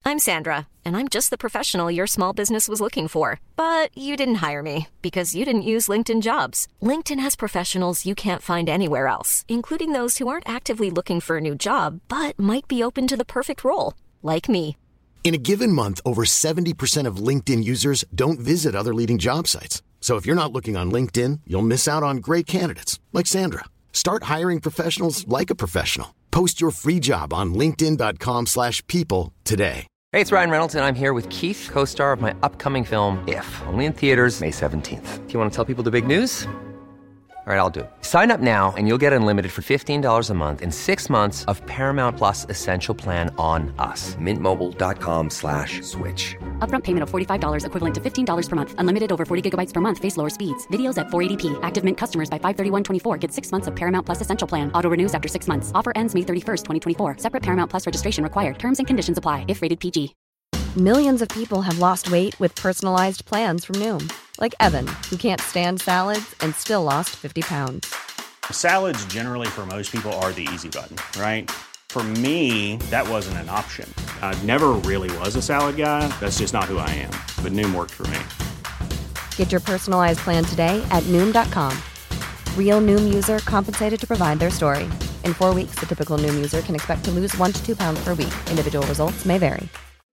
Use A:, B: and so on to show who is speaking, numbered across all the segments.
A: I'm Sandra, and I'm just the professional your small business was looking for. But you didn't hire me because you didn't use LinkedIn Jobs. LinkedIn has professionals you can't find anywhere else, including those who aren't actively looking for a new job, but might be open to the perfect role, like me.
B: In a given month, over 70% of LinkedIn users don't visit other leading job sites. So if you're not looking on LinkedIn, you'll miss out on great candidates like Sandra. Start hiring professionals like a professional. Post your free job on linkedin.com/people today.
C: Hey, it's Ryan Reynolds, and I'm here with Keith, co-star of my upcoming film, If, only in theaters May 17th. Do you want to tell people the big news? All right, I'll do it. Sign up now and you'll get unlimited for $15 a month and 6 months of Paramount Plus Essential Plan on us. Mintmobile.com/switch.
D: Upfront payment of $45 equivalent to $15 per month. Unlimited over 40 gigabytes per month. Face lower speeds. Videos at 480p. Active Mint customers by 531.24 get 6 months of Paramount Plus Essential Plan. Auto renews after 6 months. Offer ends May 31st, 2024. Separate Paramount Plus registration required. Terms and conditions apply if rated PG.
E: Millions of people have lost weight with personalized plans from Noom. Like Evan, who can't stand salads and still lost 50 pounds.
F: Salads generally for most people are the easy button, right? For me, that wasn't an option. I never really was a salad guy. That's just not who I am. But Noom worked for me.
E: Get your personalized plan today at Noom.com. Real Noom user compensated to provide their story. In 4 weeks, the typical Noom user can expect to lose 1 to 2 pounds per week. Individual results may vary.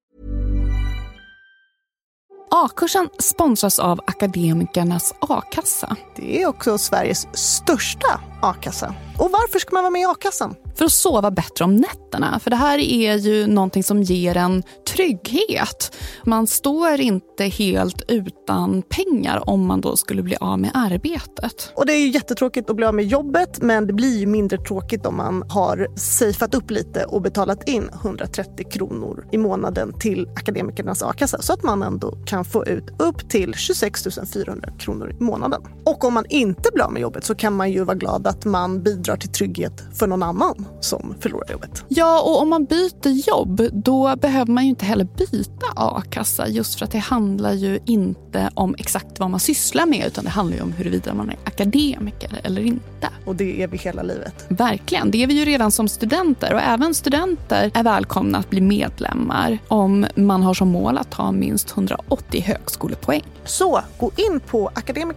G: A-kursen sponsras av Akademikernas A-kassa.
H: Det är också Sveriges största A-kassa. Och varför ska man vara med i A-kassan?
G: För att sova bättre om nätterna. För det här är ju någonting som ger en trygghet. Man står inte helt utan pengar om man då skulle bli av med arbetet.
H: Och det är ju jättetråkigt att bli av med jobbet, men det blir ju mindre tråkigt om man har safeat upp lite och betalat in 130 kronor i månaden till Akademikernas A-kassa. Så att man ändå kan få ut upp till 26 400 kronor i månaden. Och om man inte blir av med jobbet så kan man ju vara glad att man bidrar till trygghet för någon annan som förlorar jobbet.
G: Ja, och om man byter jobb då behöver man ju inte heller byta A-kassa, just för att det handlar ju inte om exakt vad man sysslar med, utan det handlar ju om huruvida man är akademiker eller inte.
H: Och det är vi hela livet.
G: Verkligen, det är vi ju redan som studenter, och även studenter är välkomna att bli medlemmar om man har som mål att ta minst 180 högskolepoäng.
H: Så gå in på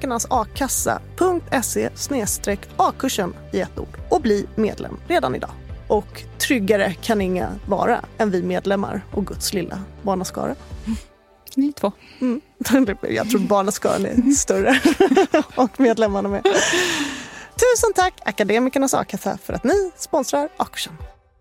H: akademikernasakassa.se/A-kursen i ett ord och bli medlem redan idag. Och tryggare kan inga vara än vi medlemmar och Guds lilla barnaskara.
G: Ni två.
H: Jag tror barnaskaran är större och medlemmarna med. Tusen tack Akademikernas A-kassa för att ni sponsrar A-kursen.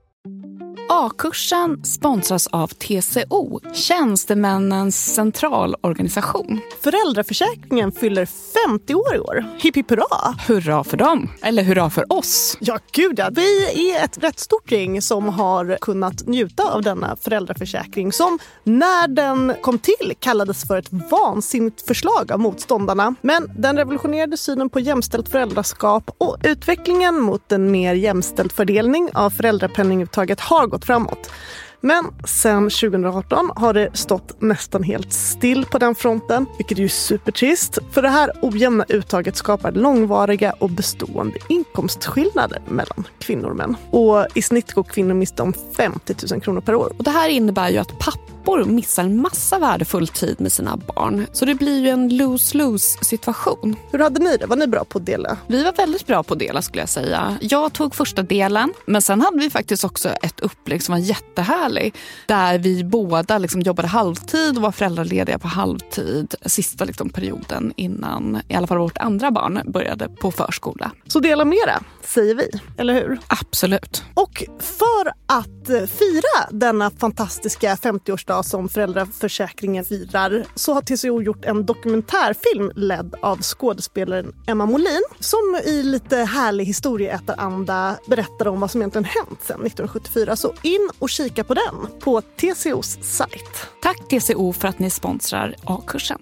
G: A-kursen sponsras av TCO, Tjänstemännens centralorganisation.
H: Föräldraförsäkringen fyller 50 år i år. Hipp hipp hurra!
G: Hurra för dem, eller hurra för oss.
H: Ja, gud ja. Vi är ett rätt stort gäng som har kunnat njuta av denna föräldraförsäkring som när den kom till kallades för ett vansinnigt förslag av motståndarna. Men den revolutionerade synen på jämställt föräldraskap och utvecklingen mot en mer jämställd fördelning av föräldrapenninguttaget har gått framåt. Men sen 2018 har det stått nästan helt still på den fronten, vilket är ju supertrist. För det här ojämna uttaget skapar långvariga och bestående inkomstskillnader mellan kvinnor och män. Och i snitt går kvinnor miste om 50 000 kronor per år.
G: Och det här innebär ju att pappor missar en massa värdefull tid med sina barn. Så det blir ju en lose-lose situation.
H: Hur hade ni det? Var ni bra på att dela?
G: Vi var väldigt bra på att dela, skulle jag säga. Jag tog första delen, men sen hade vi faktiskt också ett upplägg som var jättehärligt. Där vi båda jobbade halvtid och var föräldralediga på halvtid sista perioden innan i alla fall vårt andra barn började på förskola.
H: Så dela mera, säger vi, eller hur?
G: Absolut.
H: Och för att fira denna fantastiska 50-årsdag som föräldraförsäkringen firar så har TCO gjort en dokumentärfilm ledd av skådespelaren Emma Molin som i lite härlig historieätaranda berättar om vad som egentligen hänt sedan 1974. Så in och kika på den på TCOs sajt.
G: Tack TCO för att ni sponsrar A-kursen.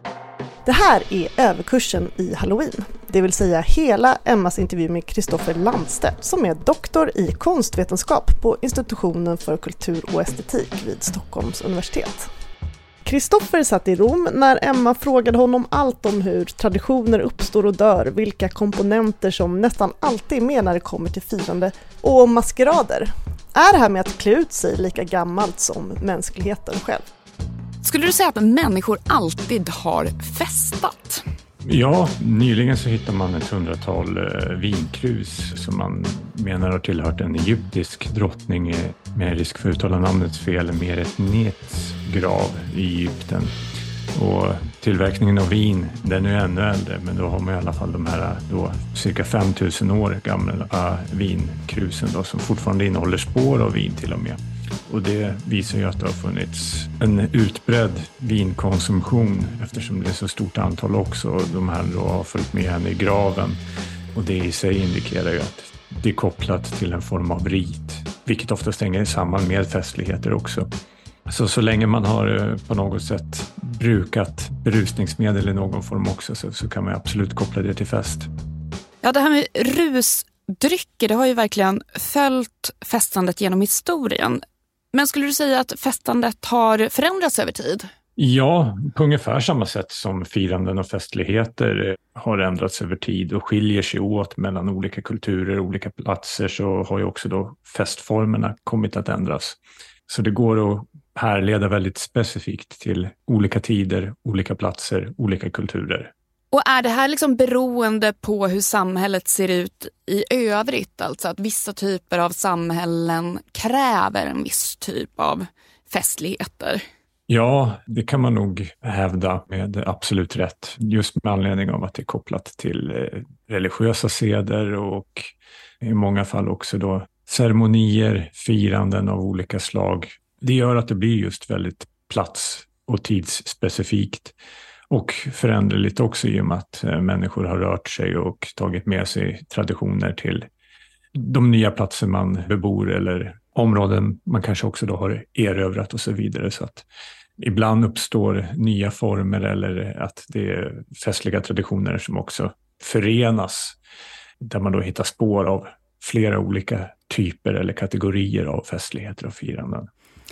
H: Det här är överkursen i Halloween. Det vill säga hela Emmas intervju med Kristoffer Landstedt som är doktor i konstvetenskap på Institutionen för kultur och estetik vid Stockholms universitet. Kristoffer satt i Rom när Emma frågade honom allt om hur traditioner uppstår och dör, vilka komponenter som nästan alltid är med när det kommer till firande och om maskerader. är det här med att klä ut sig lika gammalt som mänskligheten själv.
G: Skulle du säga att människor alltid har festat?
I: Ja, nyligen så hittar man ett 100-tal vinkrus som man menar har tillhört en egyptisk drottning med risk för att uttala namnet fel, Meretnets grav i Egypten. Och tillverkningen av vin, den är ännu äldre, men då har man i alla fall de här då cirka 5000 år gamla vinkrusen då, som fortfarande innehåller spår av vin till och med. Och det visar ju att det har funnits en utbredd vinkonsumtion eftersom det är så stort antal också. Och de här då har följt med henne i graven. Och det i sig indikerar ju att det är kopplat till en form av rit. Vilket ofta hänger samman med festligheter också. Så länge man har på något sätt brukat berusningsmedel i någon form också så kan man absolut koppla det till fest.
G: Ja, det här med rusdrycker, det har ju verkligen följt festandet genom historien. Men skulle du säga att festandet har förändrats över tid?
I: Ja, på ungefär samma sätt som firanden och festligheter har ändrats över tid och skiljer sig åt mellan olika kulturer och olika platser, så har ju också då festformerna kommit att ändras. Så det går att härleda väldigt specifikt till olika tider, olika platser, olika kulturer.
G: Och är det här liksom beroende på hur samhället ser ut i övrigt? Alltså att vissa typer av samhällen kräver en viss typ av festligheter?
I: Ja, det kan man nog hävda med absolut rätt. Just med anledning av att det är kopplat till religiösa seder och i många fall också då ceremonier, firanden av olika slag. Det gör att det blir just väldigt plats- och tidsspecifikt. Och föränderligt också i och med att människor har rört sig och tagit med sig traditioner till de nya platser man bebor eller områden man kanske också då har erövrat och så vidare. Så att ibland uppstår nya former eller att det är festliga traditioner som också förenas. Där man då hittar spår av flera olika typer eller kategorier av festligheter och firanden.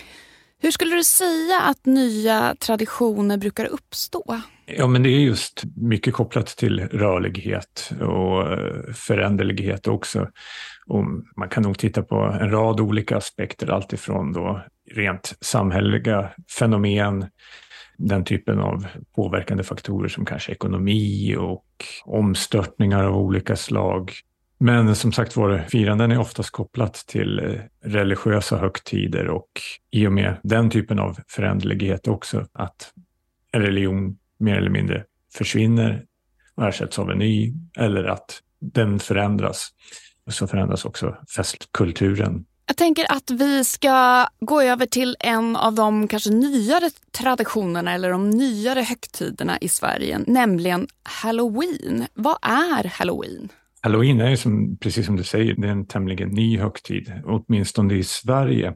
G: Hur skulle du säga att nya traditioner brukar uppstå?
I: Ja, men det är just mycket kopplat till rörlighet och föränderlighet också. Och man kan nog titta på en rad olika aspekter, alltifrån då rent samhälleliga fenomen, den typen av påverkande faktorer som kanske ekonomi och omstörtningar av olika slag. Men som sagt var, firanden är oftast kopplat till religiösa högtider och i och med den typen av föränderlighet också att en religion mer eller mindre försvinner och ersätts av en ny eller att den förändras. Och så förändras också festkulturen.
G: Jag tänker att vi ska gå över till en av de kanske nyare traditionerna eller de nyare högtiderna i Sverige, nämligen Halloween. Vad är Halloween?
I: Halloween är ju precis som du säger, det är en tämligen ny högtid, åtminstone i Sverige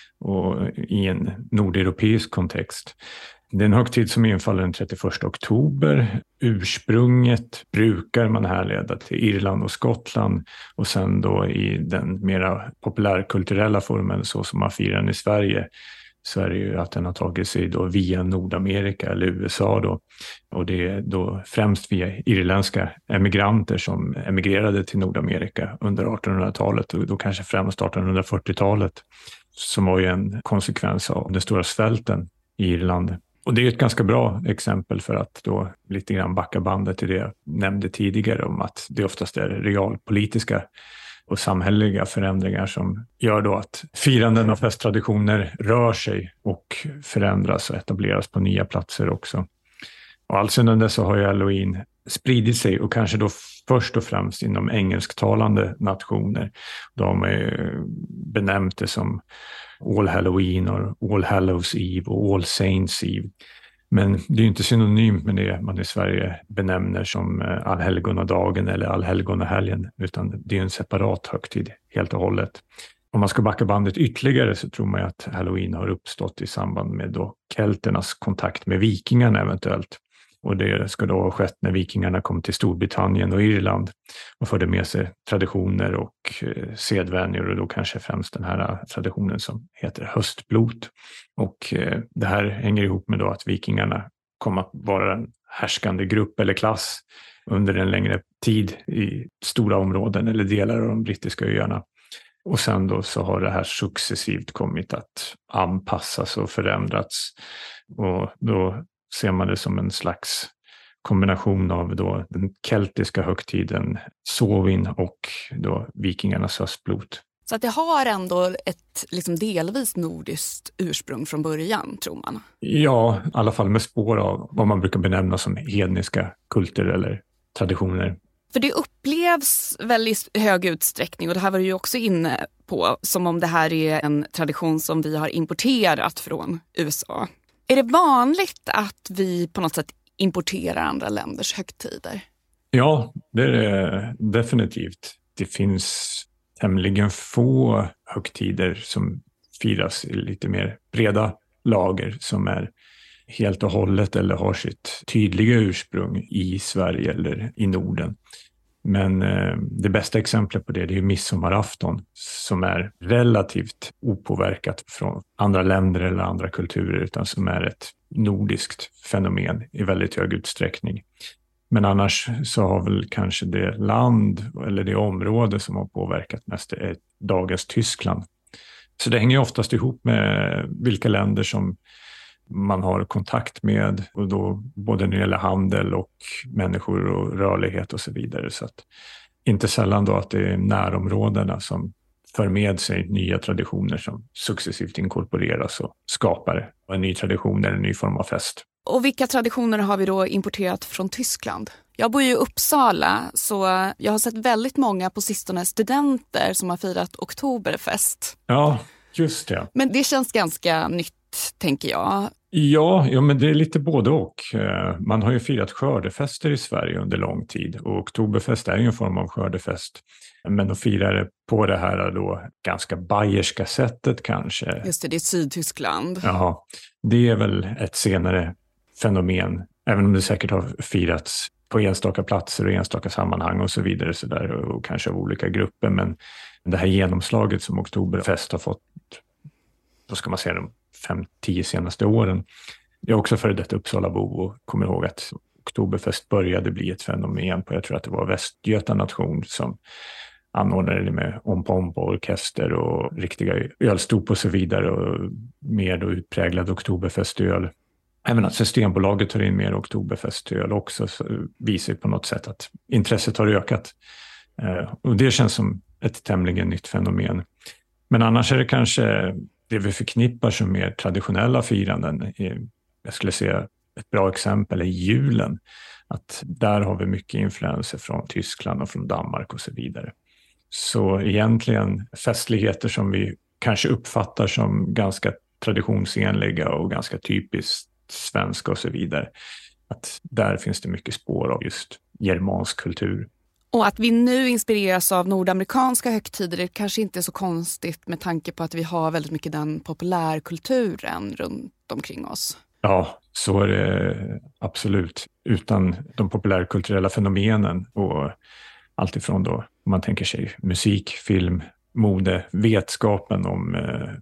I: och i en nordeuropeisk kontext. Det är en högtid som infaller den 31 oktober. Ursprunget brukar man härleda till Irland och Skottland och sen då i den mera populärkulturella formen så som man firar den i Sverige så är det ju att den har tagit sig då via Nordamerika eller USA då. Och det är då främst via irländska emigranter som emigrerade till Nordamerika under 1800-talet och då kanske främst 1840-talet som var ju en konsekvens av den stora svälten i Irland. Och det är ett ganska bra exempel för att då lite grann backa bandet till det jag nämnde tidigare om att det oftast är realpolitiska och samhälleliga förändringar som gör då att firanden och festtraditioner rör sig och förändras och etableras på nya platser också. Och allsedan dess så har ju Halloween spridit sig och kanske då först och främst inom engelsktalande nationer. De har man ju benämnt det som All Halloween och All Hallows Eve och All Saints Eve. Men det är ju inte synonymt med det man i Sverige benämner som allhelgonadagen eller allhelgonahelgen, utan det är en separat högtid helt och hållet. Om man ska backa bandet ytterligare så tror man ju att Halloween har uppstått i samband med då kelternas kontakt med vikingarna eventuellt. Och det ska då ha skett när vikingarna kom till Storbritannien och Irland och förde med sig traditioner och sedvänjor och då kanske främst den här traditionen som heter höstblot. Och det här hänger ihop med då att vikingarna kom att vara en härskande grupp eller klass under en längre tid i stora områden eller delar av de brittiska öarna. Och sen då så har det här successivt kommit att anpassas och förändrats. Och då ser man det som en slags kombination av då den keltiska högtiden Sovin och då vikingarnas höstblot.
G: Så att det har ändå ett liksom delvis nordiskt ursprung från början, tror man?
I: Ja, i alla fall med spår av vad man brukar benämna som hedniska kulter eller traditioner.
G: För det upplevs väl i hög utsträckning, och det här var du ju också inne på, som om det här är en tradition som vi har importerat från USA. Är det vanligt att vi på något sätt importerar andra länders högtider?
I: Ja, det är det definitivt. Det finns tämligen få högtider som firas i lite mer breda lager som är helt och hållet eller har sitt tydliga ursprung i Sverige eller i Norden. Men det bästa exemplet på det är midsommarafton som är relativt opåverkat från andra länder eller andra kulturer, utan som är ett nordiskt fenomen i väldigt hög utsträckning. Men annars så har väl kanske det land eller det område som har påverkat mest är dagens Tyskland. Så det hänger oftast ihop med vilka länder som man har kontakt med, och då både när det gäller handel och människor och rörlighet och så vidare. Så att inte sällan då att det är närområdena som för med sig nya traditioner som successivt inkorporeras och skapar en ny tradition eller en ny form av fest.
G: Och vilka traditioner har vi då importerat från Tyskland? Jag bor ju i Uppsala, så jag har sett väldigt många på sistone studenter som har firat Oktoberfest.
I: Ja, just det.
G: Men det känns ganska nytt, tänker jag.
I: Ja, men det är lite både och. Man har ju firat skördefester i Sverige under lång tid, och Oktoberfest är ju en form av skördefest. Men de firar det på det här då ganska bayerska sättet kanske.
G: Just det är Sydtyskland.
I: Ja, det är väl ett senare fenomen, även om det säkert har firats på enstaka platser och enstaka sammanhang och så vidare så där, och kanske av olika grupper. Men det här genomslaget som Oktoberfest har fått, då ska man säga de 5-10 senaste åren. Jag är också före detta Uppsalabo och kommer ihåg att Oktoberfest började bli ett fenomen på, jag tror att det var Västgöta nation som anordnade det med ompa orkester och riktiga ölstop och så vidare, och mer då utpräglad Oktoberfestöl. Även att Systembolaget tar in mer Oktoberfestöl också, så visar på något sätt att intresset har ökat. Och det känns som ett tämligen nytt fenomen. Men annars är det kanske det vi förknippar som mer traditionella firanden. Jag skulle säga ett bra exempel är julen. Att där har vi mycket influenser från Tyskland och från Danmark och så vidare. Så egentligen festligheter som vi kanske uppfattar som ganska traditionsenliga och ganska typiskt svenska och så vidare. Att där finns det mycket spår av just germansk kultur.
G: Och att vi nu inspireras av nordamerikanska högtider, det kanske inte är så konstigt med tanke på att vi har väldigt mycket den populärkulturen runt omkring oss.
I: Ja, så är det absolut. Utan de populärkulturella fenomenen och allt ifrån då, om man tänker sig musik, film, mode, vetskapen om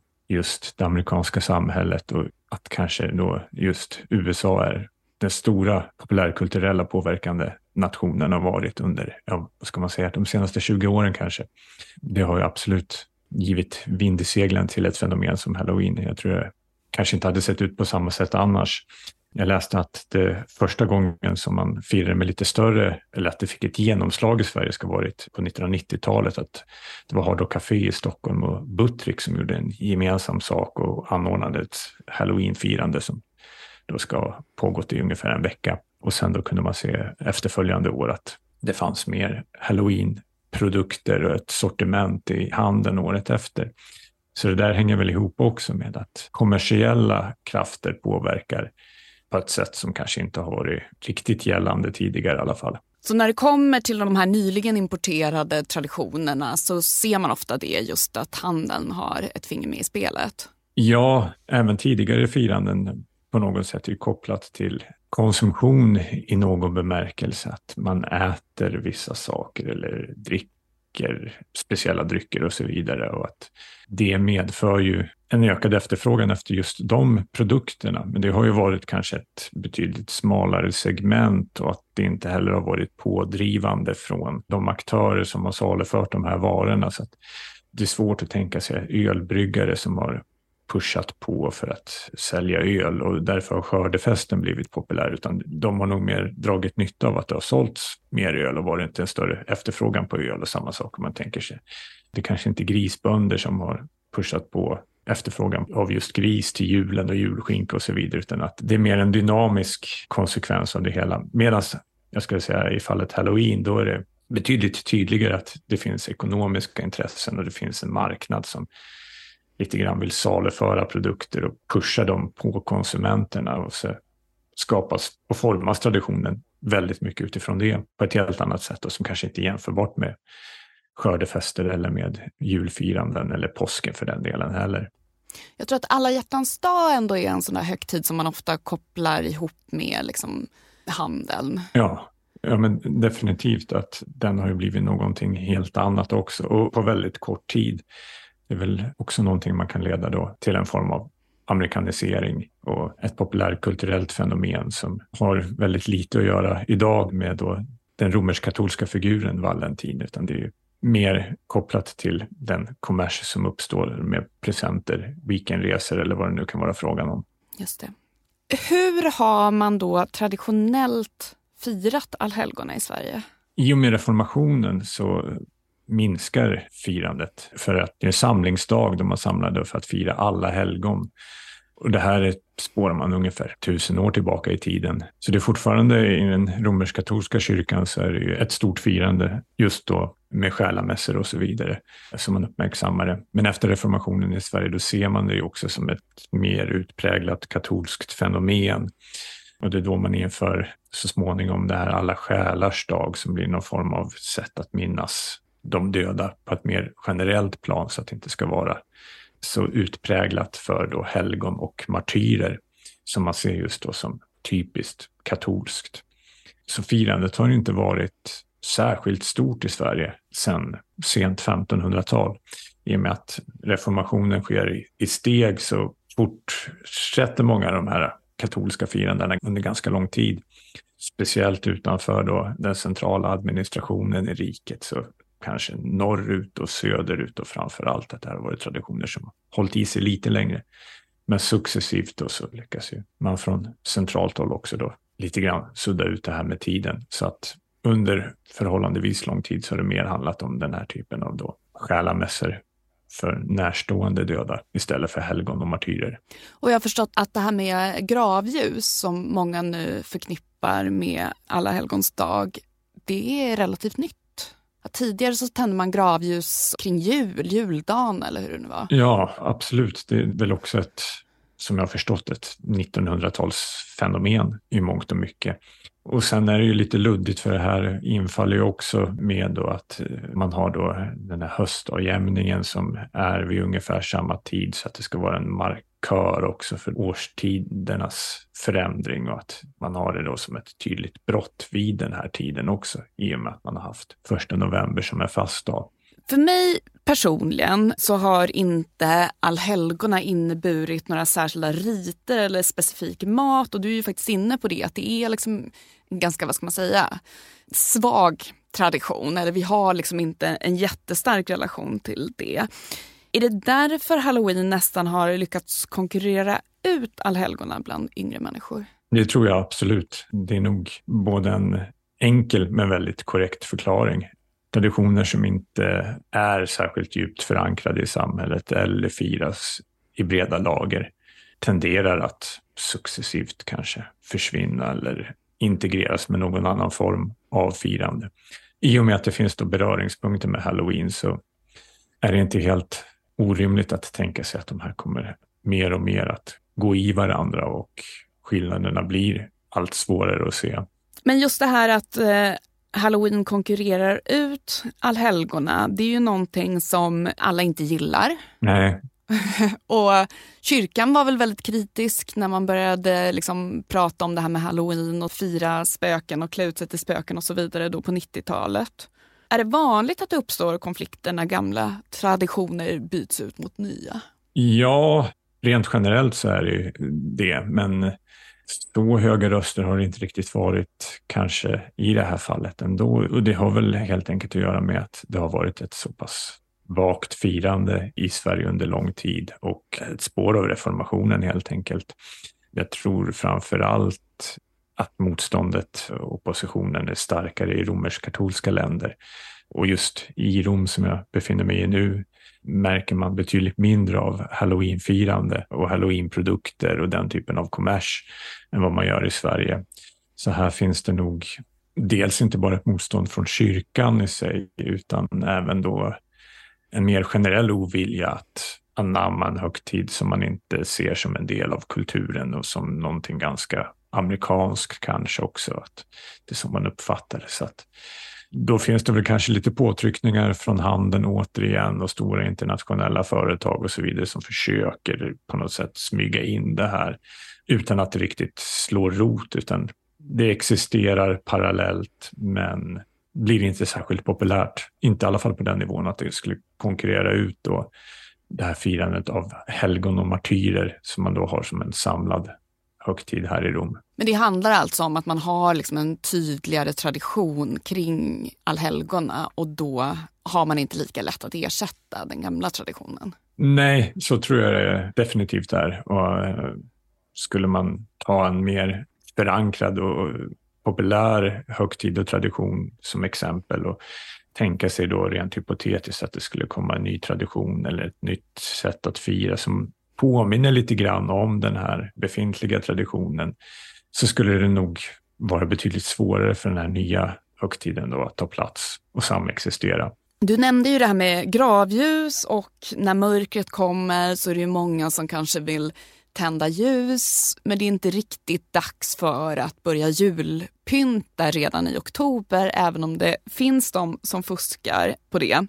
I: just det amerikanska samhället, och att kanske då just USA är den stora populärkulturella påverkande nationen har varit under, vad ska man säga, de senaste 20 åren kanske. Det har ju absolut givit vind i seglen till ett fenomen som Halloween. Jag tror det kanske inte hade sett ut på samma sätt annars. Jag läste att det första gången som man firade med lite större, eller att det fick ett genomslag i Sverige, ska varit på 1990-talet. Att det var Hard Rock Café i Stockholm och Buttrick som gjorde en gemensam sak och anordnade ett Halloween-firande som då ska ha pågått i ungefär en vecka. Och sen då kunde man se efterföljande år att det fanns mer Halloween-produkter och ett sortiment i handeln året efter. Så det där hänger väl ihop också med att kommersiella krafter påverkar på ett sätt som kanske inte har varit riktigt gällande tidigare i alla fall.
G: Så när det kommer till de här nyligen importerade traditionerna så ser man ofta det, just att handeln har ett finger med i spelet?
I: Ja, även tidigare firanden på något sätt är kopplat till konsumtion i någon bemärkelse. Att man äter vissa saker eller dricker speciella drycker och så vidare. Och att det medför ju en ökad efterfrågan efter just de produkterna. Men det har ju varit kanske ett betydligt smalare segment, och att det inte heller har varit pådrivande från de aktörer som har salufört de här varorna. Så att det är svårt att tänka sig ölbryggare som har pushat på för att sälja öl och därför har skördefesten blivit populär, utan de har nog mer dragit nytta av att det har sålts mer öl och var det inte en större efterfrågan på öl, och samma sak om man tänker sig. Det kanske inte grisbönder som har pushat på efterfrågan av just gris till julen och julskinka och så vidare, utan att det är mer en dynamisk konsekvens av det hela. Medan jag skulle säga i fallet Halloween, då är det betydligt tydligare att det finns ekonomiska intressen och det finns en marknad som lite grann vill saluföra produkter och pusha dem på konsumenterna, och så skapas och formas traditionen väldigt mycket utifrån det på ett helt annat sätt, och som kanske inte är jämförbart med skördefester eller med julfiranden eller påsken för den delen heller.
G: Jag tror att alla hjärtans dag ändå är en sån där högtid som man ofta kopplar ihop med liksom handeln.
I: Ja, men definitivt att den har ju blivit någonting helt annat också, och på väldigt kort tid. Det är väl också någonting man kan leda då till en form av amerikanisering och ett populärkulturellt fenomen som har väldigt lite att göra idag med då den romersk-katolska figuren Valentin, utan det är ju mer kopplat till den kommers som uppstår med presenter, weekendresor eller vad det nu kan vara frågan om.
G: Just det. Hur har man då traditionellt firat allhelgona i Sverige?
I: I och med reformationen så minskar firandet, för att det är en samlingsdag då man samlade för att fira alla helgon. Och det här spårar man ungefär 1000 år tillbaka i tiden. Så det är fortfarande i den romersk-katolska kyrkan så är det ju ett stort firande just då med själamässor och så vidare som man uppmärksammar det. Men efter reformationen i Sverige då ser man det ju också som ett mer utpräglat katolskt fenomen. Och det är då man inför så småningom det här alla själars dag som blir någon form av sätt att minnas de döda på ett mer generellt plan, så att det inte ska vara så utpräglat för då helgon och martyrer som man ser just då som typiskt katolskt. Så firandet har inte varit särskilt stort i Sverige sedan sent 1500-tal. I och med att reformationen sker i steg så fortsätter många av de här katolska firandena under ganska lång tid. Speciellt utanför då den centrala administrationen i riket, så kanske norrut och söderut, och framförallt att det här har varit traditioner som har hållit i sig lite längre. Men successivt då så lyckas ju man från centralt håll också då lite grann sudda ut det här med tiden. Så att under förhållandevis lång tid så har det mer handlat om den här typen av då själamässor för närstående döda istället för helgon och martyrer.
G: Och jag har förstått att det här med gravljus som många nu förknippar med alla helgons dag, det är relativt nytt. Tidigare så tände man gravljus kring juldagen eller hur det nu var.
I: Ja, absolut. Det är väl också ett, som jag har förstått, ett 1900-talsfenomen i mångt och mycket. Och sen är det ju lite luddigt, för det här infaller ju också med då att man har då den här höstavjämningen som är vid ungefär samma tid, så att det ska vara en markör också för årstidernas förändring, och att man har det då som ett tydligt brott vid den här tiden också, i och med att man har haft 1 november som är fastdag.
G: För mig personligen så har inte allhelgona inneburit några särskilda riter eller specifik mat, och du är ju faktiskt inne på det, att det är liksom ganska, vad ska man säga, svag tradition, eller vi har liksom inte en jättestark relation till det. Är det därför Halloween nästan har lyckats konkurrera ut allhelgona bland yngre människor?
I: Det tror jag absolut. Det är nog både en enkel men väldigt korrekt förklaring. Traditioner som inte är särskilt djupt förankrade i samhället eller firas i breda lager tenderar att successivt kanske försvinna eller integreras med någon annan form av firande. I och med att det finns då beröringspunkter med Halloween så är det inte helt orimligt att tänka sig att de här kommer mer och mer att gå i varandra, och skillnaderna blir allt svårare att se. Men
G: just det här att Halloween konkurrerar ut allhelgona, det är ju någonting som alla inte gillar.
I: Nej.
G: Och kyrkan var väl väldigt kritisk när man började liksom prata om det här med Halloween och fira spöken och klä ut sig till spöken och så vidare då på 90-talet. Är det vanligt att det uppstår konflikter när gamla traditioner byts ut mot nya?
I: Ja, rent generellt så är det det, men så höga röster har det inte riktigt varit kanske i det här fallet ändå. Och det har väl helt enkelt att göra med att det har varit ett så pass vagt firande i Sverige under lång tid och ett spår av reformationen helt enkelt. Jag tror framför allt att motståndet och oppositionen är starkare i romersk-katolska länder. Och just i Rom som jag befinner mig i nu märker man betydligt mindre av halloweenfirande och halloweenprodukter och den typen av kommers än vad man gör i Sverige. Så här finns det nog dels inte bara ett motstånd från kyrkan i sig utan även då en mer generell ovilja att anamma en högtid som man inte ser som en del av kulturen och som någonting ganska amerikanskt kanske också. Att det är som man uppfattar det. Så att då finns det väl kanske lite påtryckningar från handeln återigen och stora internationella företag och så vidare som försöker på något sätt smyga in det här utan att det riktigt slår rot, utan det existerar parallellt men blir inte särskilt populärt. Inte i alla fall på den nivån att det skulle konkurrera ut då det här firandet av helgon och martyrer som man då har som en samlad högtid här i Rom.
G: Men det handlar alltså om att man har liksom en tydligare tradition kring allhelgona och då har man inte lika lätt att ersätta den gamla traditionen.
I: Nej, så tror jag det definitivt är. Och skulle man ta en mer förankrad och populär högtid och tradition som exempel och tänka sig då rent hypotetiskt att det skulle komma en ny tradition eller ett nytt sätt att fira som påminner lite grann om den här befintliga traditionen, så skulle det nog vara betydligt svårare för den här nya högtiden då att ta plats och samexistera.
G: Du nämnde ju det här med gravljus och när mörkret kommer så är det ju många som kanske vill tända ljus, men det är inte riktigt dags för att börja julpynta redan i oktober, även om det finns de som fuskar på det.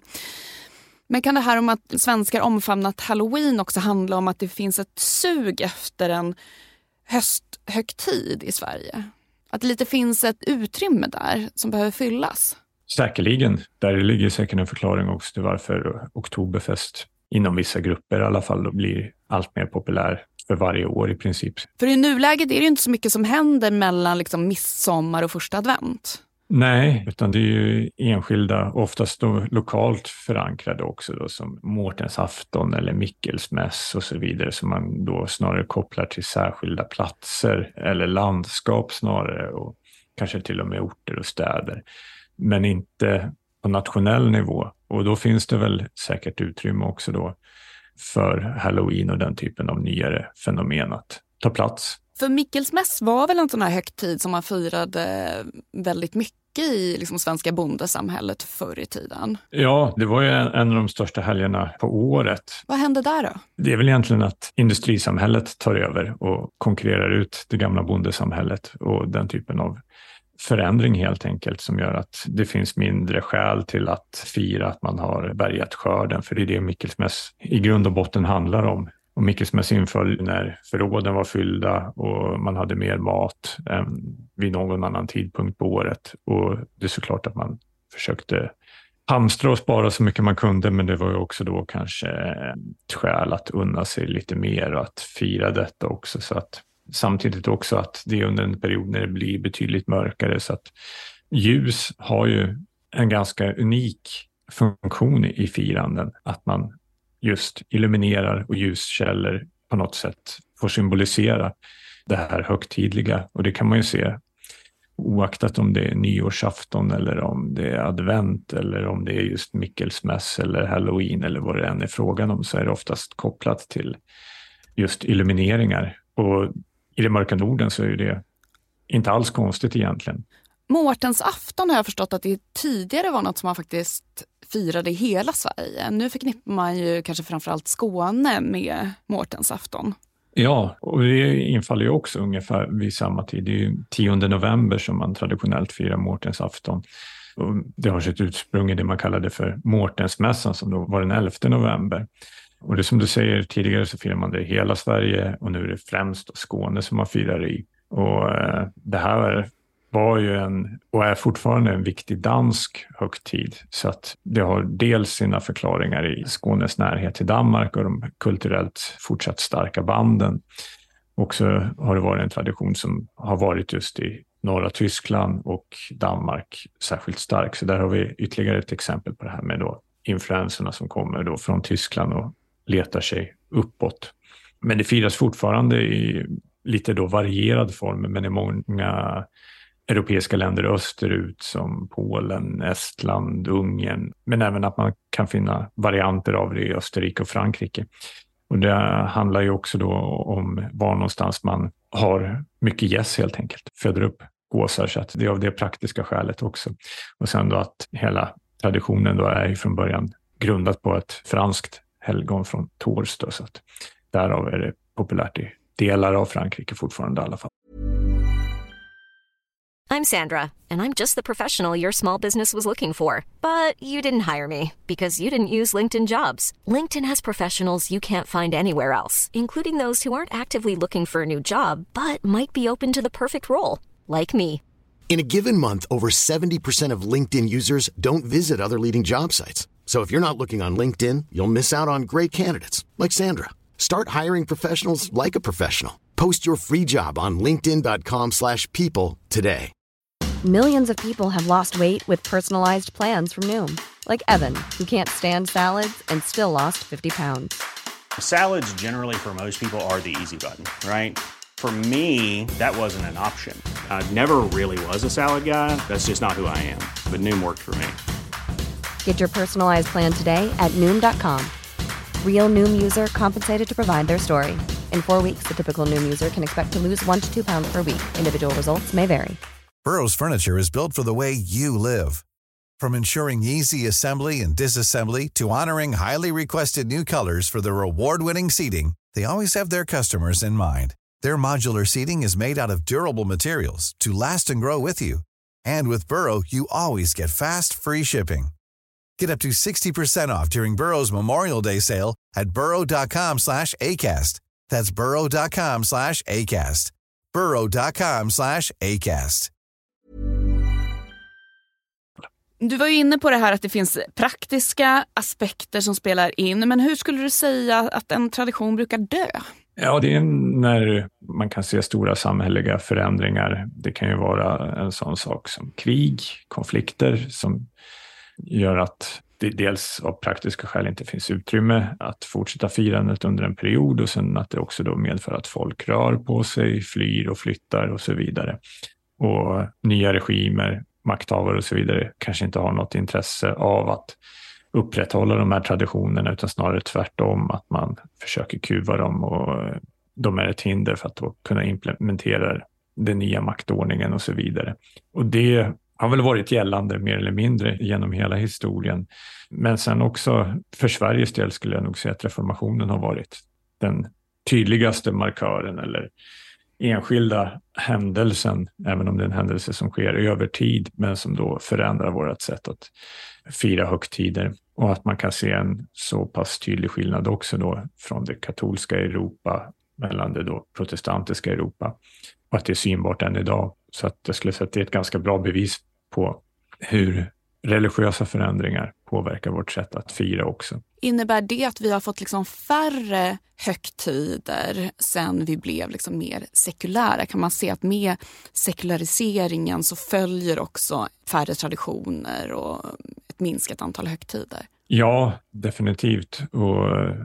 G: Men kan det här om att svenskar omfamnat Halloween också handla om att det finns ett sug efter en hösthögtid i Sverige? Att det lite finns ett utrymme där som behöver fyllas?
I: Säkerligen. Där ligger säkert en förklaring också till varför Oktoberfest inom vissa grupper i alla fall blir allt mer populär för varje år i princip.
G: För i nuläget är det ju inte så mycket som händer mellan liksom midsommar och första advent.
I: Nej, utan det är ju enskilda, oftast då lokalt förankrade också då, som Mårtens afton eller Mikkelsmäss och så vidare, som man då snarare kopplar till särskilda platser eller landskap snarare och kanske till och med orter och städer. Men inte på nationell nivå, och då finns det väl säkert utrymme också då för Halloween och den typen av nyare fenomen att ta plats.
G: För Mikkelsmäss var väl en sån här högtid som man firade väldigt mycket i liksom svenska bondesamhället förr i tiden. Ja,
I: det var ju en av de största helgerna på året.
G: Vad hände där då?
I: Det är väl egentligen att industrisamhället tar över och konkurrerar ut det gamla bondesamhället och den typen av förändring helt enkelt som gör att det finns mindre skäl till att fira att man har bärgat skörden, för det är det Mikkelsmäss i grund och botten handlar om. Och Mikkelsmäss inföll när förråden var fyllda och man hade mer mat än vid någon annan tidpunkt på året. Och det är såklart att man försökte hamstra och spara så mycket man kunde, men det var ju också då kanske ett skäl att unna sig lite mer och att fira detta också. Så att samtidigt också att det är under en period när det blir betydligt mörkare, så att ljus har ju en ganska unik funktion i firanden. Att man just illuminerar och ljuskällor på något sätt får symbolisera det här högtidliga. Och det kan man ju se oaktat om det är nyårsafton eller om det är advent eller om det är just Mikkelsmäss eller Halloween eller vad det än är frågan om, så är det oftast kopplat till just illumineringar. Och i det mörka Norden så är det inte alls konstigt egentligen.
G: Mårtens afton har jag förstått att det tidigare var något som man faktiskt firade i hela Sverige. Nu förknippar man ju kanske framförallt Skåne med Mårtens afton.
I: Ja, och det infaller ju också ungefär vid samma tid. Det är ju 10 november som man traditionellt firar Mårtens afton. Och det har sitt ursprung i det man kallade för Mårtensmässan som då var den 11 november. Och det som du säger, tidigare så firar man det i hela Sverige och nu är det främst Skåne som man firar i. Och det här var ju och är fortfarande en viktig dansk högtid, så att det har dels sina förklaringar i Skånes närhet till Danmark och de kulturellt fortsatt starka banden. Också har det varit en tradition som har varit just i norra Tyskland och Danmark särskilt stark, så där har vi ytterligare ett exempel på det här med då influenserna som kommer då från Tyskland och letar sig uppåt. Men det firas fortfarande i lite då varierad form, men i många europeiska länder österut som Polen, Estland, Ungern, men även att man kan finna varianter av det i Österrike och Frankrike. Och det handlar ju också då om var någonstans man har mycket gäss helt enkelt, föder upp gåsar, så att det är av det praktiska skälet också. Och sen då att hela traditionen då är ju från början grundat på ett franskt helgon från Tours då, så att därav är det populärt i delar av Frankrike fortfarande i alla fall.
A: I'm Sandra, and I'm just the professional your small business was looking for. But you didn't hire me because you didn't use LinkedIn Jobs. LinkedIn has professionals you can't find anywhere else, including those who aren't actively looking for a new job, but might be open to the perfect role, like me.
B: In a given month, over 70% of LinkedIn users don't visit other leading job sites. So if you're not looking on LinkedIn, you'll miss out on great candidates like Sandra. Start hiring professionals like a professional. Post your free job on linkedin.com/people today.
E: Millions of people have lost weight with personalized plans from Noom. Like Evan, who can't stand salads and still lost 50 pounds.
F: Salads generally for most people are the easy button, right? For me, that wasn't an option. I never really was a salad guy. That's just not who I am. But Noom worked for me.
E: Get your personalized plan today at Noom.com. Real Noom user compensated to provide their story. In 4 weeks, the typical Noom user can expect to lose 1 to 2 pounds per week. Individual results may vary.
J: Burrow's furniture is built for the way you live. From ensuring easy assembly and disassembly to honoring highly requested new colors for their award-winning seating, they always have their customers in mind. Their modular seating is made out of durable materials to last and grow with you. And with Burrow, you always get fast, free shipping. Get up to 60% off during Burrow's Memorial Day sale at burrow.com/ACAST. That's burrow.com/ACAST. burrow.com/ACAST.
G: Du var ju inne på det här att det finns praktiska aspekter som spelar in, men hur skulle du säga att en tradition brukar dö?
I: Ja, det är när man kan se stora samhälleliga förändringar. Det kan ju vara en sån sak som krig, konflikter som gör att det dels av praktiska skäl inte finns utrymme att fortsätta firandet under en period, och sen att det också då medför att folk rör på sig, flyr och flyttar och så vidare. Och nya regimer, makthavare och så vidare kanske inte har något intresse av att upprätthålla de här traditionerna, utan snarare tvärtom, att man försöker kuva dem, och de är ett hinder för att då kunna implementera den nya maktordningen och så vidare. Och det har väl varit gällande mer eller mindre genom hela historien. Men sen också för Sveriges del skulle jag nog säga att reformationen har varit den tydligaste markören eller enskilda händelsen, även om det är en händelse som sker över tid, men som då förändrar vårt sätt att fira högtider. Och att man kan se en så pass tydlig skillnad också då från det katolska Europa mellan det då protestantiska Europa, och att det är synbart än idag. Så att jag skulle säga att det är ett ganska bra bevis på hur religiösa förändringar påverkar vårt sätt att fira också.
G: Innebär det att vi har fått liksom färre högtider sen vi blev liksom mer sekulära? Kan man se att med sekulariseringen så följer också färre traditioner och ett minskat antal högtider?
I: Ja, definitivt. Och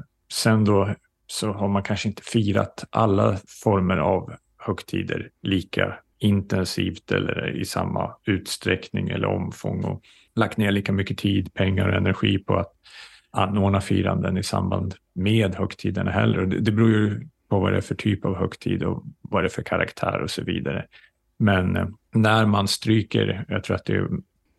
I: sen då så har man kanske inte firat alla former av högtider lika intensivt eller i samma utsträckning eller omfång, och lagt ner lika mycket tid, pengar och energi på att anordna firanden i samband med högtiderna heller. Och det beror ju på vad det är för typ av högtid och vad det är för karaktär och så vidare. Men när man stryker, jag tror att det är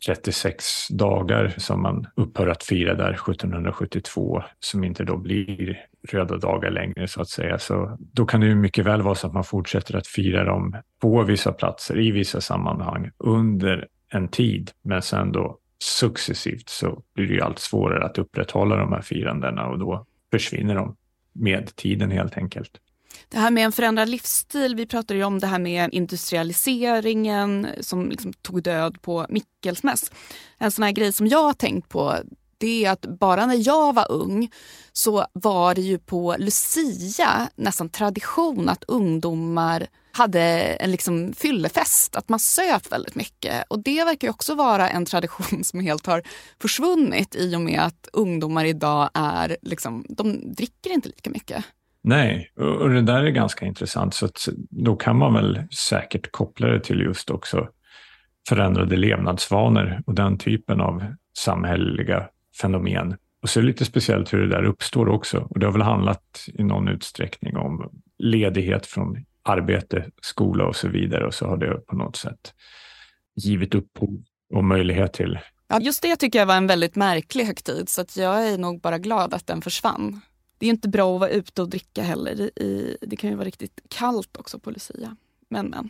I: 36 dagar som man upphör att fira där 1772, som inte då blir röda dagar längre så att säga, så då kan det ju mycket väl vara så att man fortsätter att fira dem på vissa platser i vissa sammanhang under en tid, men sen då successivt så blir det ju allt svårare att upprätthålla de här firandena, och då försvinner de med tiden helt enkelt.
G: Det här med en förändrad livsstil, vi pratade ju om det här med industrialiseringen som liksom tog död på Mikkelsmäss. En sån här grej som jag har tänkt på, det är att bara när jag var ung så var det ju på Lucia nästan tradition att ungdomar hade en liksom fyllefest, att man söp väldigt mycket. Och det verkar ju också vara en tradition som helt har försvunnit i och med att ungdomar idag är liksom, de dricker inte lika mycket.
I: Nej, och det där är ganska intressant, så att då kan man väl säkert koppla det till just också förändrade levnadsvanor och den typen av samhälleliga fenomen. Och så är det lite speciellt hur det där uppstår också. Och det har väl handlat i någon utsträckning om ledighet från arbete, skola och så vidare. Och så har det på något sätt givit upphov och möjlighet till.
G: Ja, just det tycker jag var en väldigt märklig högtid, så att jag är nog bara glad att den försvann. Det är ju inte bra att vara ute och dricka heller. Det kan ju vara riktigt kallt också på Lucia. Men.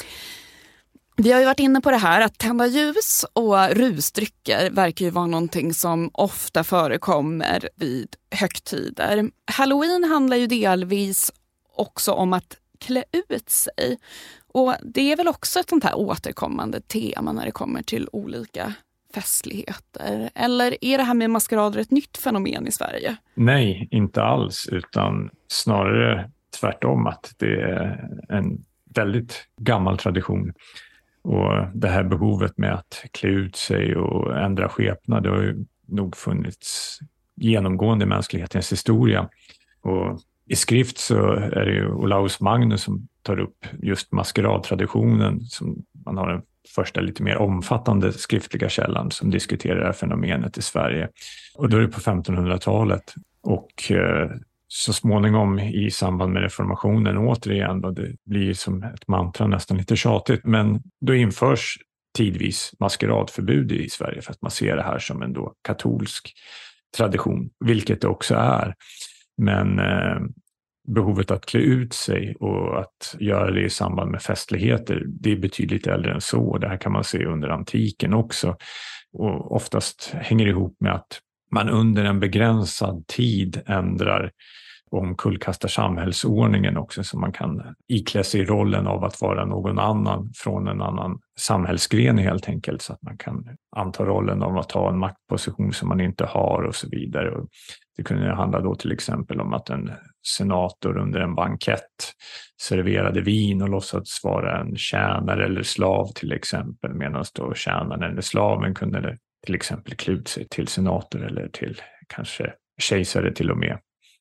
G: Vi har ju varit inne på det här att tända ljus och rusdrycker verkar ju vara någonting som ofta förekommer vid högtider. Halloween handlar ju delvis också om att klä ut sig. Och det är väl också ett sånt här återkommande tema när det kommer till olika festligheter. Eller är det här med maskerader ett nytt fenomen i Sverige?
I: Nej, inte alls, utan snarare tvärtom, att det är en väldigt gammal tradition. Och det här behovet med att klä ut sig och ändra skepnad, det har ju nog funnits genomgående i mänsklighetens historia. Och i skrift så är det ju Olaus Magnus som tar upp just maskeradtraditionen, som man har den första lite mer omfattande skriftliga källan som diskuterar det här fenomenet i Sverige. Och då är det på 1500-talet, och så småningom i samband med reformationen återigen, då det blir som ett mantra nästan lite tjatigt, men då införs tidvis maskeradförbud i Sverige för att man ser det här som en då katolsk tradition, vilket det också är. Men behovet att klä ut sig och att göra det i samband med festligheter, det är betydligt äldre än så. Det här kan man se under antiken också, och oftast hänger ihop med att man under en begränsad tid ändrar och omkullkastar samhällsordningen också, så man kan iklä sig i rollen av att vara någon annan från en annan samhällsgren helt enkelt, så att man kan anta rollen av att ha en maktposition som man inte har och så vidare. Och det kunde handla då till exempel om att en senator under en bankett serverade vin och låtsades vara en tjänare eller slav till exempel, medan då tjänaren eller slaven kunde till exempel klä ut sig till senator eller till kanske kejsare till och med.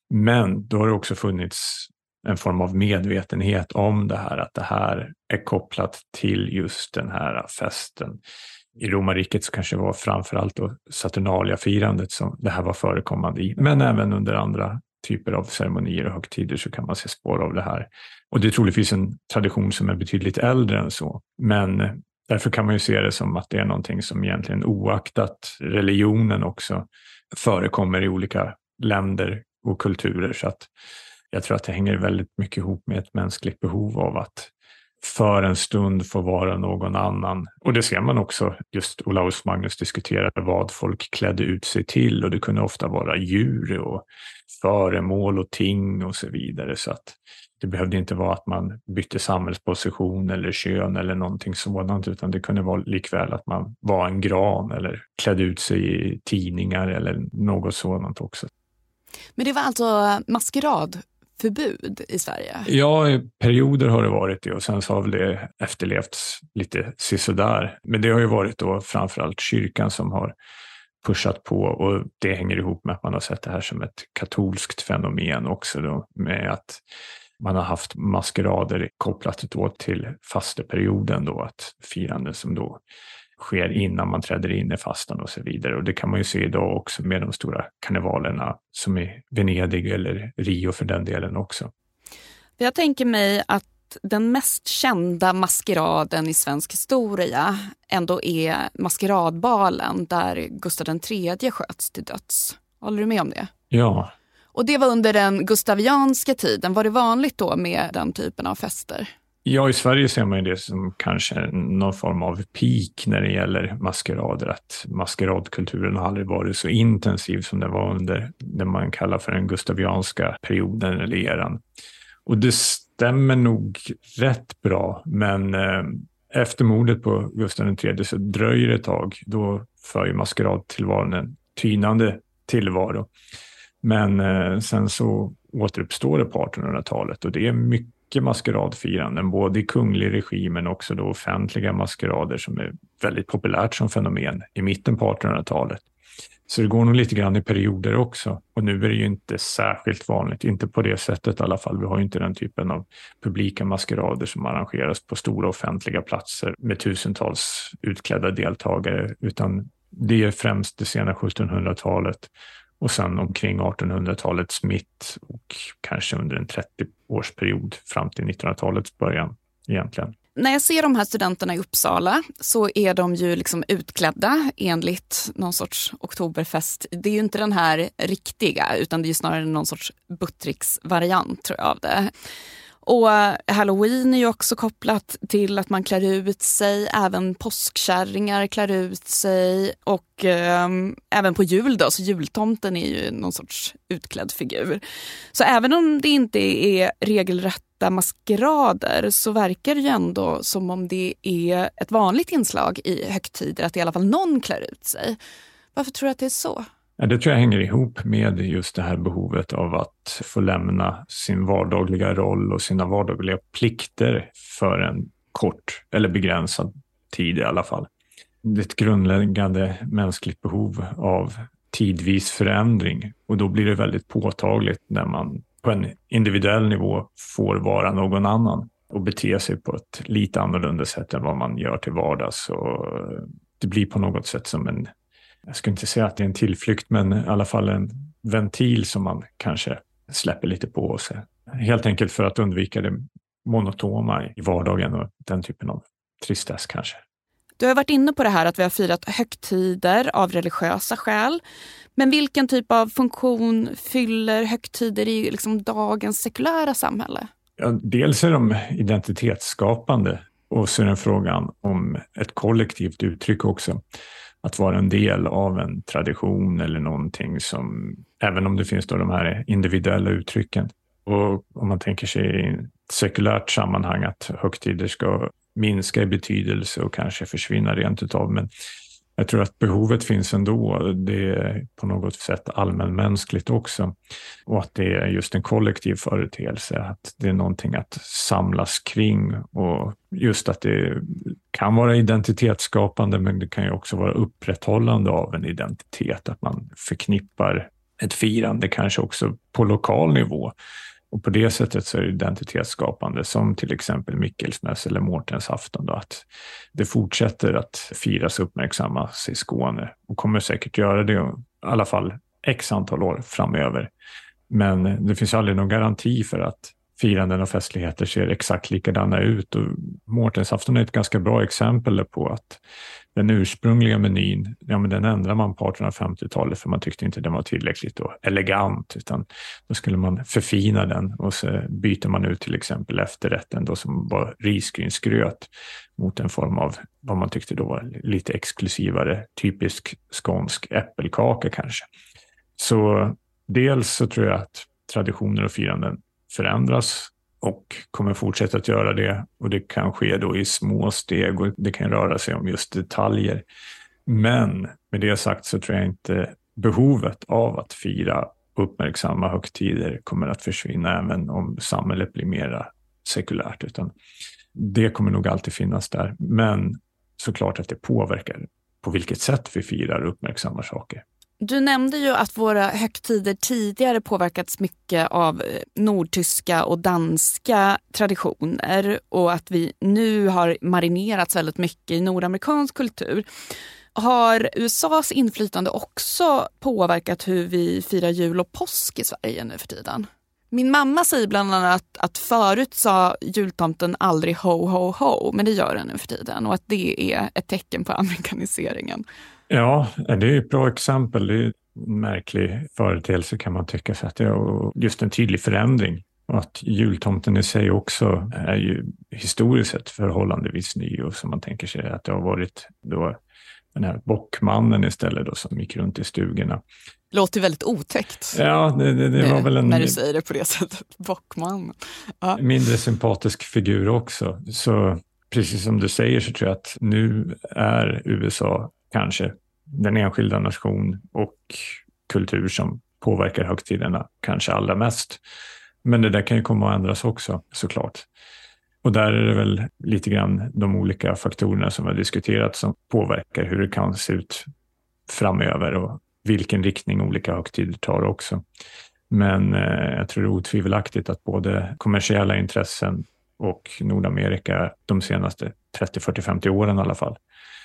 I: Men då har det också funnits en form av medvetenhet om det här, att det här är kopplat till just den här festen. I romarriket så kanske det var framförallt då Saturnalia-firandet som det här var förekommande i. Men även under andra typer av ceremonier och högtider så kan man se spår av det här. Och det är troligtvis en tradition som är betydligt äldre än så. Men därför kan man ju se det som att det är någonting som egentligen oaktat religionen också förekommer i olika länder och kulturer. Så att jag tror att det hänger väldigt mycket ihop med ett mänskligt behov av att för en stund få vara någon annan. Och det ser man också, just Olaus Magnus diskuterade vad folk klädde ut sig till, och det kunde ofta vara djur och föremål och ting och så vidare. Så att det behövde inte vara att man bytte samhällsposition eller kön eller någonting sådant, utan det kunde vara likväl att man var en gran eller klädde ut sig i tidningar eller något sådant också.
G: Men det var alltså maskeradförbud i Sverige?
I: Ja, i perioder har det varit det, och sen så har väl det efterlevts lite sisådär. Men det har ju varit då framförallt kyrkan som har pushat på, och det hänger ihop med att man har sett det här som ett katolskt fenomen också då, med att man har haft maskerader kopplat då till fasteperioden då, att firande som då sker innan man träder in i fastan och så vidare. Och det kan man ju se idag också med de stora karnevalerna som i Venedig eller Rio för den delen också.
G: Jag tänker mig att den mest kända maskeraden i svensk historia ändå är maskeradbalen där Gustav III sköts till döds. Håller du med om det?
I: Ja.
G: Och det var under den gustavianska tiden. Var det vanligt då med den typen av fester?
I: Ja, i Sverige ser man ju det som kanske någon form av peak när det gäller maskerader. Att maskeradkulturen har aldrig varit så intensiv som det var under det man kallar för den gustavianska perioden eller eran. Och det stämmer nog rätt bra, men efter mordet på Gustav III så dröjer det ett tag. Då för ju maskeradtillvaron en tynande tillvaro. Men sen så återuppstår det på 1800-talet, och det är mycket icke-maskeradfiranden, både i kunglig regi men också då offentliga maskerader som är väldigt populärt som fenomen i mitten på 1800-talet. Så det går nog lite grann i perioder också. Och nu är det ju inte särskilt vanligt, inte på det sättet i alla fall. Vi har ju inte den typen av publika maskerader som arrangeras på stora offentliga platser med tusentals utklädda deltagare, utan det är främst det sena 1700-talet och sen omkring 1800-talets mitt och kanske under en 30-årsperiod fram till 1900-talets början egentligen.
G: När jag ser de här studenterna i Uppsala så är de ju liksom utklädda enligt någon sorts oktoberfest. Det är ju inte den här riktiga, utan det är ju snarare någon sorts Buttricks-variant tror jag av det. Och Halloween är ju också kopplat till att man klär ut sig, även påskkärringar klär ut sig och även på jul då, så jultomten är ju någon sorts utklädd figur. Så även om det inte är regelrätta maskerader så verkar det ju ändå som om det är ett vanligt inslag i högtider att i alla fall någon klär ut sig. Varför tror du att det är så?
I: Ja, det tror jag hänger ihop med just det här behovet av att få lämna sin vardagliga roll och sina vardagliga plikter för en kort eller begränsad tid i alla fall. Det är ett grundläggande mänskligt behov av tidvis förändring och då blir det väldigt påtagligt när man på en individuell nivå får vara någon annan och bete sig på ett lite annorlunda sätt än vad man gör till vardags. Och det blir på något sätt som en, jag skulle inte säga att det är en tillflykt, men i alla fall en ventil som man kanske släpper lite på sig. Helt enkelt för att undvika det monotona i vardagen och den typen av tristess kanske.
G: Du har varit inne på det här att vi har firat högtider av religiösa skäl. Men vilken typ av funktion fyller högtider i liksom dagens sekulära samhälle?
I: Ja, dels är de identitetsskapande och så är det frågan om ett kollektivt uttryck också. Att vara en del av en tradition eller någonting som, även om det finns då de här individuella uttrycken. Och om man tänker sig i ett sekulärt sammanhang att högtider ska minska i betydelse och kanske försvinna rent utav. Men jag tror att behovet finns ändå. Det är på något sätt allmänmänskligt också. Och att det är just en kollektiv företeelse. Att det är någonting att samlas kring. Och just att det kan vara identitetsskapande men det kan ju också vara upprätthållande av en identitet. Att man förknippar ett firande kanske också på lokal nivå. Och på det sättet så är det identitetsskapande som till exempel Mikkelsmäss eller Mårtensafton då, att det fortsätter att firas och uppmärksammas i Skåne och kommer säkert göra det i alla fall x antal år framöver. Men det finns aldrig någon garanti för att firanden och festligheter ser exakt likadana ut och Mårtensafton är ett ganska bra exempel på att den ursprungliga menyn, ja men den ändrar man på 1850-talet för man tyckte inte den var tillräckligt då elegant utan då skulle man förfina den och så byter man ut till exempel efterrätten då som var risgrynsgröt mot en form av vad man tyckte då var lite exklusivare, typisk skånsk äppelkaka kanske. Så dels så tror jag att traditioner och firanden förändras och kommer fortsätta att göra det och det kan ske då i små steg och det kan röra sig om just detaljer. Men med det sagt så tror jag inte behovet av att fira uppmärksamma högtider kommer att försvinna även om samhället blir mera sekulärt utan det kommer nog alltid finnas där. Men såklart att det påverkar på vilket sätt vi firar och uppmärksammar saker.
G: Du nämnde ju att våra högtider tidigare påverkats mycket av nordtyska och danska traditioner och att vi nu har marinerats väldigt mycket i nordamerikansk kultur. Har USAs inflytande också påverkat hur vi firar jul och påsk i Sverige nu för tiden? Min mamma säger bland annat att förut sa jultomten aldrig ho ho ho, men det gör den nu för tiden och att det är ett tecken på amerikaniseringen.
I: Ja, det är ett bra exempel. Det är en märklig företeelse kan man tycka så att det är just en tydlig förändring. Och att jultomten i sig också är ju historiskt sett förhållandevis ny och som man tänker sig att det har varit då den här bockmannen istället då som gick runt i stugorna.
G: Låter väldigt otäckt.
I: Ja, det var väl en...
G: När du säger det på det sättet, bockman. Ja.
I: Mindre sympatisk figur också. Så precis som du säger så tror jag att nu är USA kanske den enskilda nation och kultur som påverkar högtiderna kanske allra mest. Men det där kan ju komma att ändras också, såklart. Och där är det väl lite grann de olika faktorerna som har diskuterats som påverkar hur det kan se ut framöver och vilken riktning olika högtider tar också. Men jag tror det är otvivelaktigt att både kommersiella intressen och Nordamerika de senaste 30, 40, 50 åren i alla fall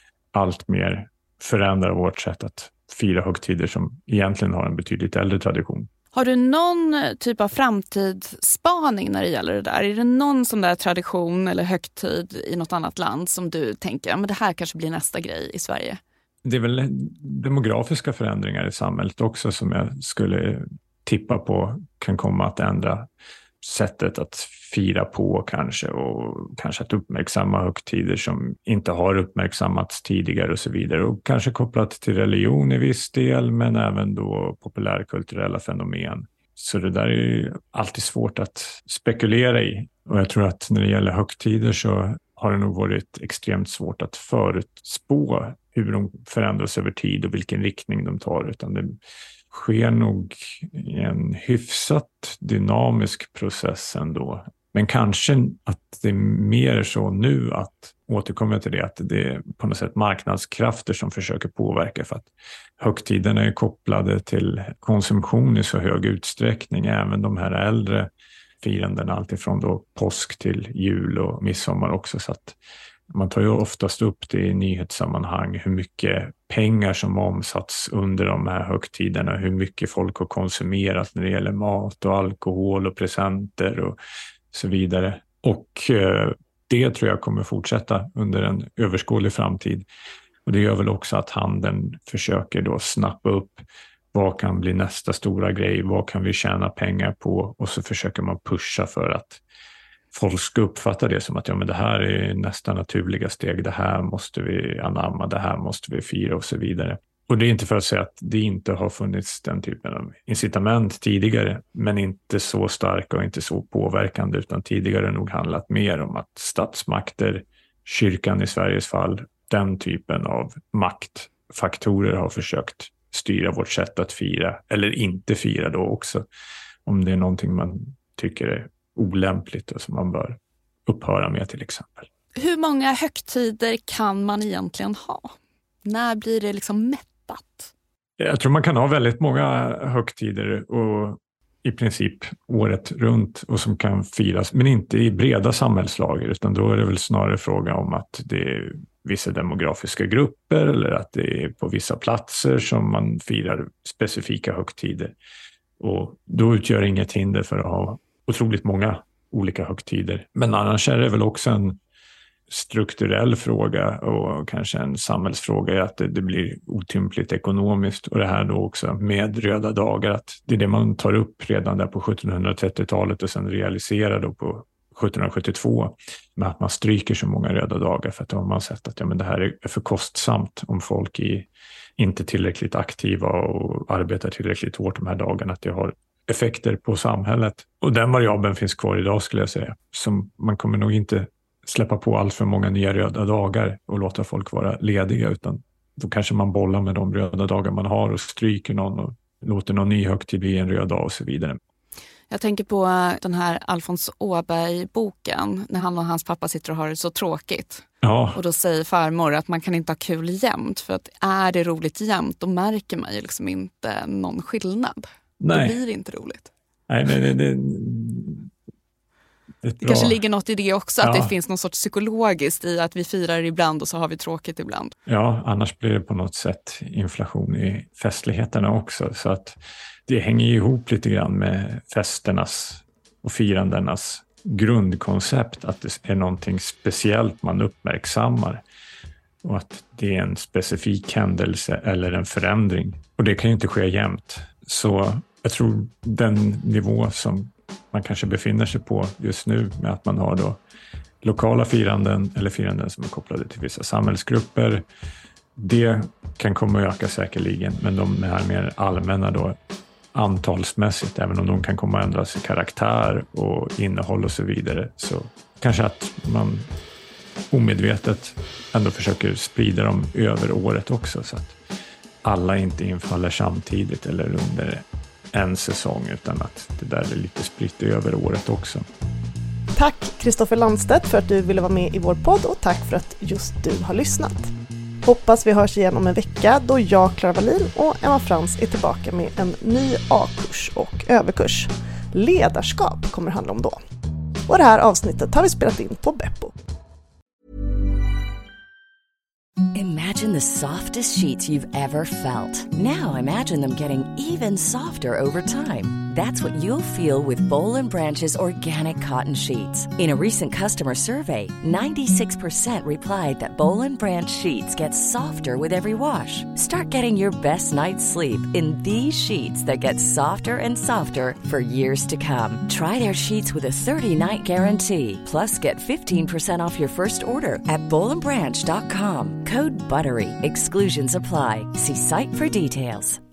I: allt mer förändrar vårt sätt att fira högtider som egentligen har en betydligt äldre tradition.
G: Har du någon typ av framtidsspaning när det gäller det där? Är det någon sån där tradition eller högtid i något annat land som du tänker, men det här kanske blir nästa grej i Sverige?
I: Det är väl demografiska förändringar i samhället också som jag skulle tippa på kan komma att ändra sättet att fira på kanske, och kanske att uppmärksamma högtider som inte har uppmärksammats tidigare och så vidare, och kanske kopplat till religion i viss del, men även då populärkulturella fenomen. Så det där är ju alltid svårt att spekulera i, och jag tror att när det gäller högtider så har det nog varit extremt svårt att förutspå hur de förändras över tid och vilken riktning de tar, utan det sker nog i en hyfsat dynamisk process ändå. Men kanske att det är mer så nu att återkomma till det, att det är på något sätt marknadskrafter som försöker påverka, för att högtiderna är kopplade till konsumtion i så hög utsträckning. Även de här äldre firanden, alltifrån då påsk till jul och midsommar också, så att man tar ju oftast upp det i nyhetssammanhang hur mycket pengar som omsatts under de här högtiderna, hur mycket folk har konsumerat när det gäller mat och alkohol och presenter och så vidare. Och det tror jag kommer fortsätta under en överskådlig framtid. Och det gör väl också att handeln försöker då snappa upp vad kan bli nästa stora grej, vad kan vi tjäna pengar på, och så försöker man pusha för att folk ska uppfatta det som att ja, men det här är nästa naturliga steg, det här måste vi anamma, det här måste vi fira och så vidare. Och det är inte för att säga att det inte har funnits den typen av incitament tidigare, men inte så starka och inte så påverkande, utan tidigare nog handlat mer om att statsmakter, kyrkan i Sveriges fall, den typen av maktfaktorer har försökt styra vårt sätt att fira, eller inte fira då också, om det är någonting man tycker är olämpligt och som man bör upphöra med till exempel.
G: Hur många högtider kan man egentligen ha? När blir det liksom mättat?
I: Jag tror man kan ha väldigt många högtider och i princip året runt och som kan firas, men inte i breda samhällslager, utan då är det väl snarare fråga om att det är vissa demografiska grupper eller att det är på vissa platser som man firar specifika högtider. Och då utgör inget hinder för att ha otroligt många olika högtider. Men annars är det väl också en strukturell fråga och kanske en samhällsfråga att det blir otympligt ekonomiskt. Och det här då också med röda dagar, att det är det man tar upp redan där på 1730-talet och sen realiserar då på 1772 med att man stryker så många röda dagar, för att då har man sett att ja, men det här är för kostsamt om folk är inte tillräckligt aktiva och arbetar tillräckligt hårt de här dagarna, att det har effekter på samhället. Och den variabeln finns kvar idag skulle jag säga. Som man kommer nog inte släppa på allt för många nya röda dagar och låta folk vara lediga, utan då kanske man bollar med de röda dagar man har och stryker någon och låter någon ny högtid bli en röd dag och så vidare.
G: Jag tänker på den här Alfons Åberg-boken när han och hans pappa sitter och har det så tråkigt.
I: Ja.
G: Och då säger farmor att man kan inte ha kul jämt, för att är det roligt jämt då märker man ju liksom inte någon skillnad.
I: Nej.
G: Då blir det inte roligt.
I: Nej,
G: det kanske ligger något i det också, att det finns någon sorts psykologiskt i att vi firar ibland och så har vi tråkigt ibland.
I: Ja, annars blir det på något sätt inflation i festligheterna också. Så att det hänger ihop lite grann med festernas och firandernas grundkoncept, att det är någonting speciellt man uppmärksammar och att det är en specifik händelse eller en förändring. Och det kan ju inte ske jämt. Så jag tror den nivå som man kanske befinner sig på just nu, med att man har då lokala firanden eller firanden som är kopplade till vissa samhällsgrupper, det kan komma att öka säkerligen, men de här mer allmänna då antalsmässigt, även om de kan komma att ändras i karaktär och innehåll och så vidare, så kanske att man omedvetet ändå försöker sprida dem över året också, så att alla inte infaller samtidigt eller under en säsong, utan att det där är lite spritt över året också.
H: Tack Kristoffer Landstedt för att du ville vara med i vår podd, och tack för att just du har lyssnat. Hoppas vi hörs igen om en vecka då jag, Clara Wallin och Emma Frans är tillbaka med en ny A-kurs och överkurs. Ledarskap kommer handla om då. Och det här avsnittet har vi spelat in på Beppo.
K: Imagine the softest sheets you've ever felt. Now imagine them getting even softer over time. That's what you'll feel with Boll & Branch's organic cotton sheets. In a recent customer survey, 96% replied that Boll & Branch sheets get softer with every wash. Start getting your best night's sleep in these sheets that get softer and softer for years to come. Try their sheets with a 30-night guarantee. Plus, get 15% off your first order at bollandbranch.com. Code BUTTERY. Exclusions apply. See site for details.